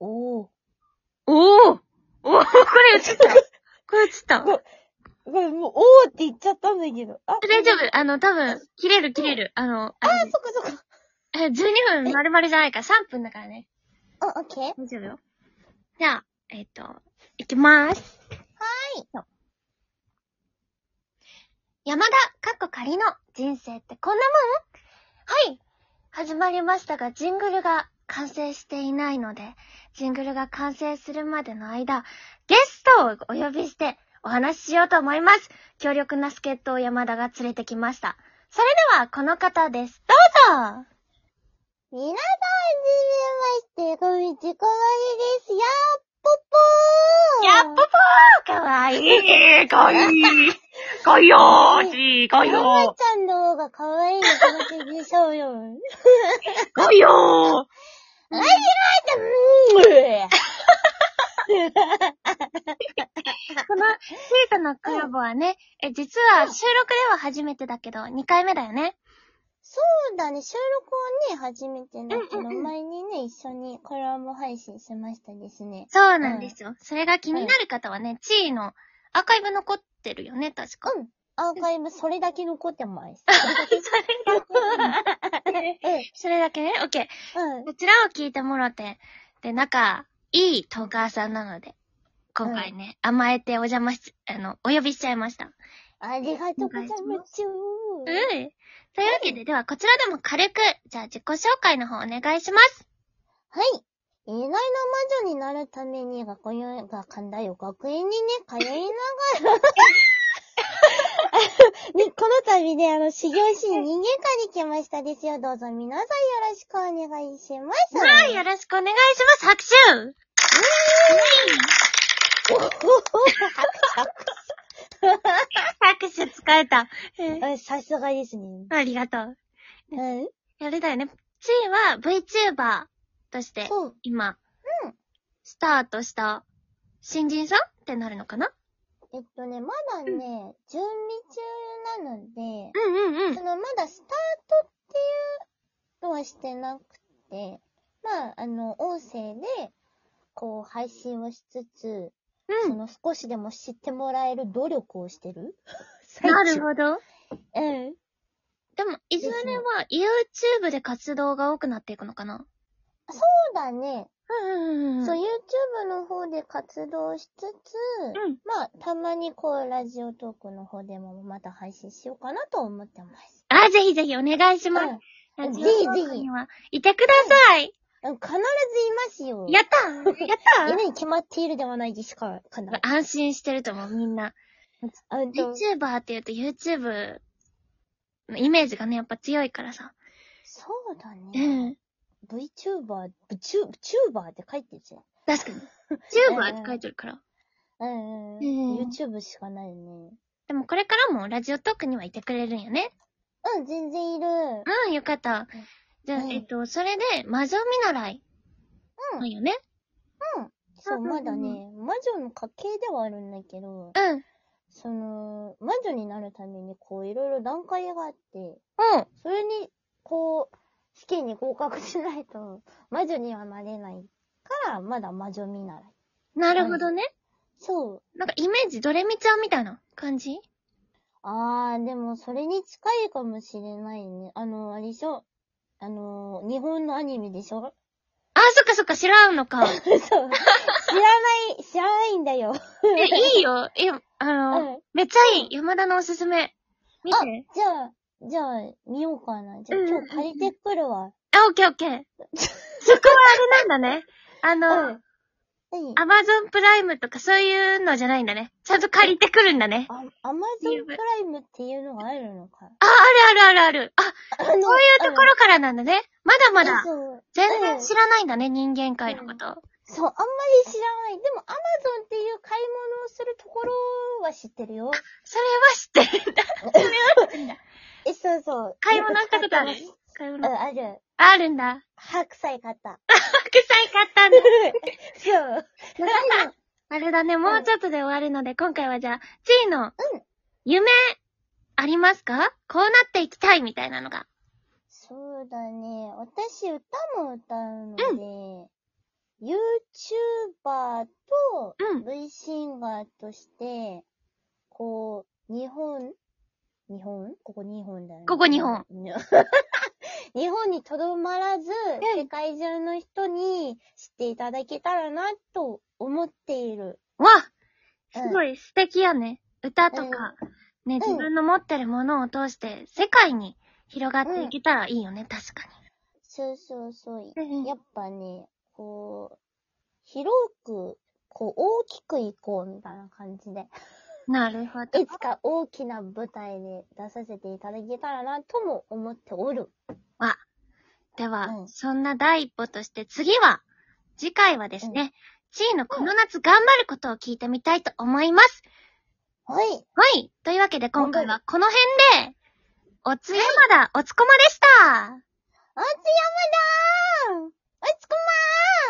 おー。 おーこれ映った。これ映った。 これもう、おーって言っちゃったんだけど。あ、 大丈夫。多分、切れる。 そっかそっか。 12分丸々じゃないから3分だからね。 あ、オッケー。 大丈夫よ。じゃあ、いきまーす。 は山田、仮の人生ってこんなもん？はい。始まりましたが、ジングルが完成していないので、ジングルが完成するまでの間、ゲストをお呼びしてお話ししようと思います。強力な助っ人を山田が連れてきました。それでは、この方です。どうぞ。 皆さん、はじめまして、こんにちは、かわいです。やっぽぽー。 やっぽぽーかわいいかいいかいよーしかいよ山ちゃんの方がかわいい話でしょうよ。 かいよーはじめまして、 この小さなコラボはね、実は収録では初めてだけど、2回目だよね。 そうだね、収録はね、初めてだけど、 うんうんうん前にね、一緒にコラボ配信しましたですね。 そうなんですよ。それが気になる方はね、地位のアーカイブ残ってるよね、確か。 うん。アーカイブそれだけ残ってます。 それだけね、オッケー。 うん。 こちらを聞いてもらって、で、仲いいトーカーさんなので、今回ね、甘えてお呼びしちゃいました。 ありがとうございます。 というわけで、ではこちらでも軽く、じゃあ自己紹介の方お願いします。 はい。意外な魔女になるために学園にね、通いながらね、この度ね、修行しに人間界に来ましたですよ。どうぞ皆さんよろしくお願いします。 はい、よろしくお願いします。拍手拍手使えた。 さすがですね。 ありがとう。 うん。 あれだよね。ちいは VTuber として、今、スタートした新人さんってなるのかな？ まだね、準備中なので、まだスタートっていうのはしてなくて、音声で、こう、配信をしつつ、少しでも知ってもらえる努力をしてるなるほど。 うん。 でも、いずれは YouTube で活動が多くなっていくのかな？ そうだね。 そう、 YouTube の方で活動しつつ、たまにラジオトークの方でもまた配信しようかなと思ってます。 ぜひぜひお願いします。ラジオトークにはいてください。 必ずいますよ。 やったいるに決まっているではないですか、 安心してると思う、みんな。VTuber って言うと YouTube のイメージがね、やっぱ強いからさ。 そうだね。VTuber って書いてるじゃん。 確かに。Tuber って書いてるから。 YouTube しかないね。 でもこれからもラジオトークにはいてくれるんよね。 全然いる。 よかった。じゃあ、それで、魔女見習い。なんよね。 そう、まだね、魔女の家系ではあるんだけど、魔女になるために、いろいろ段階があって、それに、試験に合格しないと、魔女にはなれないから、まだ魔女見習い。 なるほどね。 そう。 なんかイメージドレミちゃんみたいな感じ？ でもそれに近いかもしれないね。あれでしょ？日本のアニメでしょ？ そっか、知らんのか。 そう。知らないんだよ。 いいよ。めっちゃいい。山田のおすすめ。見て。 じゃあ、見ようかな。じゃあ、今日借りてくるわ。 オッケー。そこはあれなんだね。Amazon プライムとかそういうのじゃないんだね。ちゃんと借りてくるんだね。 Amazon プライムっていうのがあるのか。 ある。そういうところからなんだね。まだまだ。全然知らないんだね、人間界のこと。 そう、あんまり知らない。でも Amazon っていう買い物をするところは知ってるよ。 それは知ってるんだ。 そう。 買い物したことある？買い物。 ある。 あるんだ。 白菜買った。 白菜買ったんだ。 そう。 あれだね、もうちょっとで終わるので、今回はじゃあ、ちいの、夢、ありますか？こうなっていきたいみたいなのが。 そうだね。私、歌も歌うので、 YouTuber とうん V シンガーとして、こう、日本ここ日本だよね。 ここ日本。 日本にとどまらず、世界中の人に知っていただけたらなと思っている。 わ、すごい素敵やね。歌とか、ね、自分の持ってるものを通して世界に広がっていけたらいいよね、確かそうそうそう。 に。 やっぱね、こう、広く、こう、大きくいこうみたいな感じで。 なるほど。 いつか大きな舞台で出させていただけたらなとも思っておる。 わ。では、そんな第一歩として次回はですね、ちーのこの夏頑張ることを聞いてみたいと思います。 はい。 はい。というわけで今回はこの辺で、おつやまだおつこまでした。 おつやまだーおつこまー